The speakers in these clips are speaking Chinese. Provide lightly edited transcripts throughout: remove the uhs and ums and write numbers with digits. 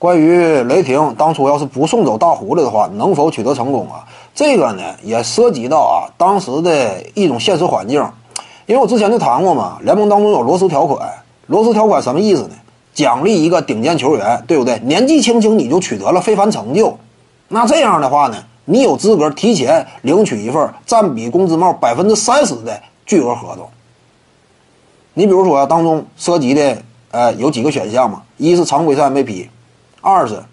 关于雷霆当初要是不送走大胡子的话，能否取得成功啊？这个呢也涉及到当时的一种现实环境。因为我之前就谈过嘛，联盟当中有罗斯条款。罗斯条款什么意思呢？奖励一个顶尖球员，对不对？年纪轻轻你就取得了非凡成就，那这样的话呢，你有资格提前领取一份占比工资帽30%的巨额合同。你比如说当中涉及的有几个选项嘛，一是常规赛 MVP， 二是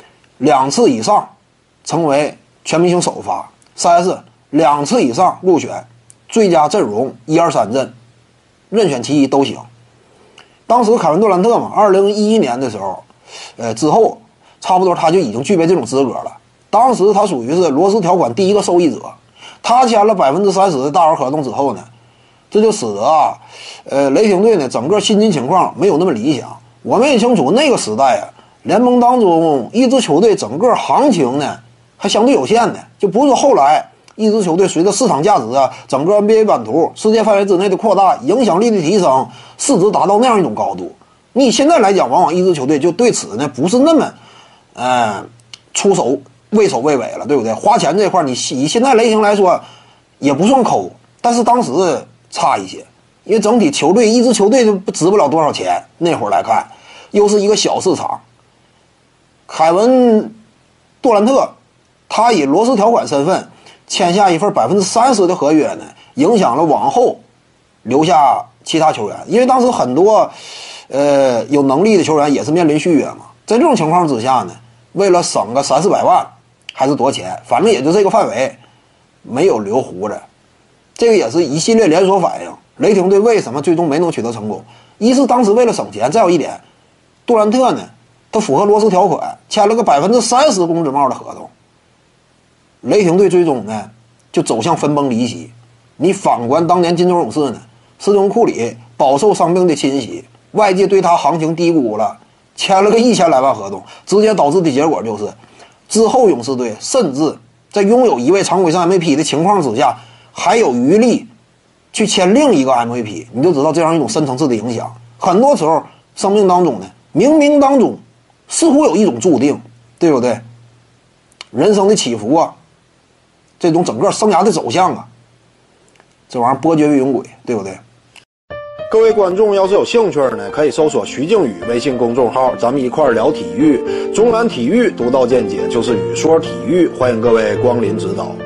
2次以上成为全明星首发，三是2次以上入选最佳阵容1、2、3阵，任选其一都行。当时凯文杜兰特嘛，2011年的时候，之后差不多他就已经具备这种资格了。当时他属于是罗斯条款第一个受益者，他签了30%的大额合同之后呢，这就使得雷霆队呢整个薪金情况没有那么理想。我们也清楚那个时代联盟当中一支球队整个行情呢还相对有限的，就不是说后来一支球队随着市场价值整个 NBA 版图世界范围之内的扩大，影响力的提升，市值达到那样一种高度。你现在来讲，往往一支球队就对此呢不是那么出手畏首畏尾了，对不对？花钱这块你以现在雷霆来说也不算抠，但是当时差一些，因为整体球队一支球队就值不了多少钱。那会儿来看，又是一个小市场。凯文杜兰特他以罗斯条款身份签下一份30%的合约呢，影响了往后留下其他球员，因为当时很多有能力的球员也是面临续约嘛。在这种情况之下呢，为了省个300-400万还是多钱，反正也就这个范围，没有留胡子。这个也是一系列连锁反应。雷霆队为什么最终没能取得成功？一是当时为了省钱，再有一点，杜兰特呢，他符合罗斯条款，签了个30%工资帽的合同。雷霆队最终呢就走向分崩离析。你反观当年金州勇士呢，斯通库里饱受伤病的侵袭，外界对他行情低估了，签了个1000来万合同，直接导致的结果就是之后勇士队甚至在拥有一位常规赛 MVP 的情况之下，还有余力去签另一个 MVP。 你就知道这样一种深层次的影响。很多时候生命当中呢，冥冥当中似乎有一种注定，对不对？人生的起伏这种整个生涯的走向这玩意儿波谲云诡，对不对？各位观众要是有兴趣呢，可以搜索徐静宇微信公众号，咱们一块聊体育。中南体育独到见解就是语说体育，欢迎各位光临指导。